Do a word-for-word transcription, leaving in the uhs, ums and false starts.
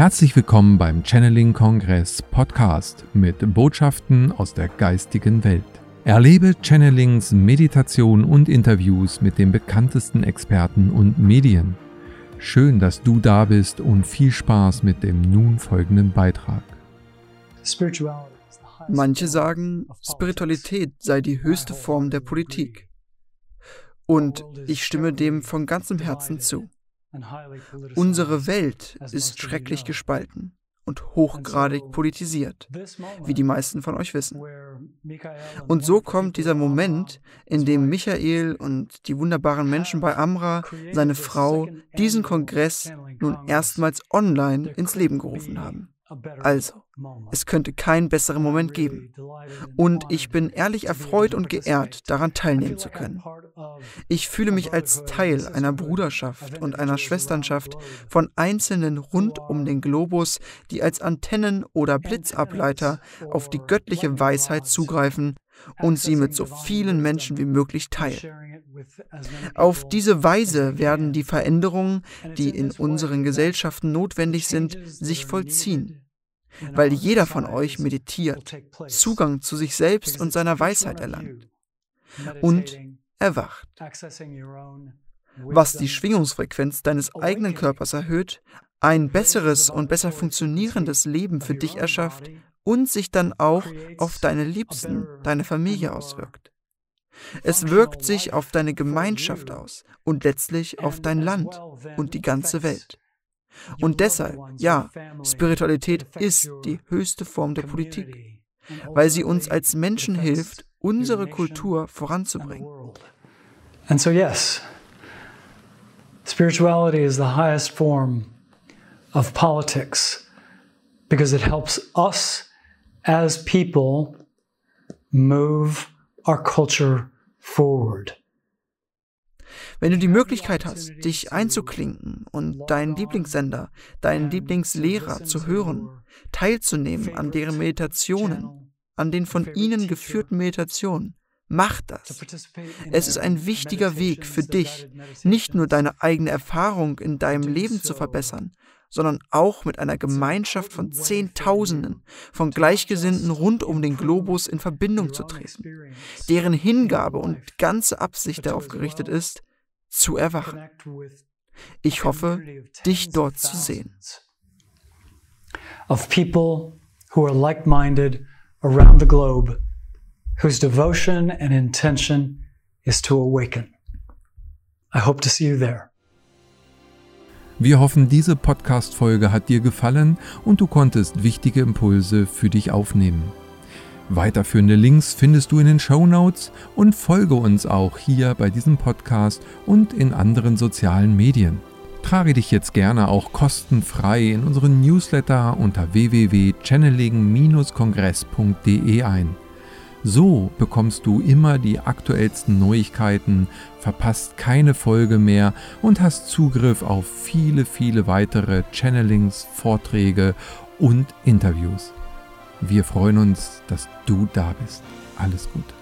Herzlich willkommen beim Channeling-Kongress Podcast mit Botschaften aus der geistigen Welt. Erlebe Channelings, Meditation und Interviews mit den bekanntesten Experten und Medien. Schön, dass du da bist und viel Spaß mit dem nun folgenden Beitrag. Manche sagen, Spiritualität sei die höchste Form der Politik. Und ich stimme dem von ganzem Herzen zu. Unsere Welt ist schrecklich gespalten und hochgradig politisiert, wie die meisten von euch wissen. Und so kommt dieser Moment, in dem Michael und die wunderbaren Menschen bei Amra, seine Frau, diesen Kongress nun erstmals online ins Leben gerufen haben. Also, es könnte keinen besseren Moment geben. Und ich bin ehrlich erfreut und geehrt, daran teilnehmen zu können. Ich fühle mich als Teil einer Bruderschaft und einer Schwesternschaft von Einzelnen rund um den Globus, die als Antennen oder Blitzableiter auf die göttliche Weisheit zugreifen und sie mit so vielen Menschen wie möglich teilen. Auf diese Weise werden die Veränderungen, die in unseren Gesellschaften notwendig sind, sich vollziehen. Weil jeder von euch meditiert, Zugang zu sich selbst und seiner Weisheit erlangt und erwacht. Was die Schwingungsfrequenz deines eigenen Körpers erhöht, ein besseres und besser funktionierendes Leben für dich erschafft und sich dann auch auf deine Liebsten, deine Familie auswirkt. Es wirkt sich auf deine Gemeinschaft aus und letztlich auf dein Land und die ganze Welt. Und deshalb, ja, Spiritualität ist die höchste Form der Politik, weil sie uns als Menschen hilft, unsere Kultur voranzubringen. And so yes, spirituality is the highest form of politics because it helps us as people move our culture forward. Wenn du die Möglichkeit hast, dich einzuklinken und deinen Lieblingssender, deinen Lieblingslehrer zu hören, teilzunehmen an deren Meditationen, an den von ihnen geführten Meditationen, mach das. Es ist ein wichtiger Weg für dich, nicht nur deine eigene Erfahrung in deinem Leben zu verbessern, sondern auch mit einer Gemeinschaft von Zehntausenden von Gleichgesinnten rund um den Globus in Verbindung zu treten, deren Hingabe und ganze Absicht darauf gerichtet ist, zu erwachen. Ich hoffe, dich dort zu sehen. Of people who are like-minded around the globe, whose devotion and intention is to awaken. I hope to see you there. Wir hoffen, diese Podcast-Folge hat dir gefallen und du konntest wichtige Impulse für dich aufnehmen. Weiterführende Links findest du in den Shownotes und folge uns auch hier bei diesem Podcast und in anderen sozialen Medien. Trage dich jetzt gerne auch kostenfrei in unseren Newsletter unter w w w punkt channeling Bindestrich kongress punkt d e ein. So bekommst du immer die aktuellsten Neuigkeiten, verpasst keine Folge mehr und hast Zugriff auf viele, viele weitere Channelings, Vorträge und Interviews. Wir freuen uns, dass du da bist. Alles Gute.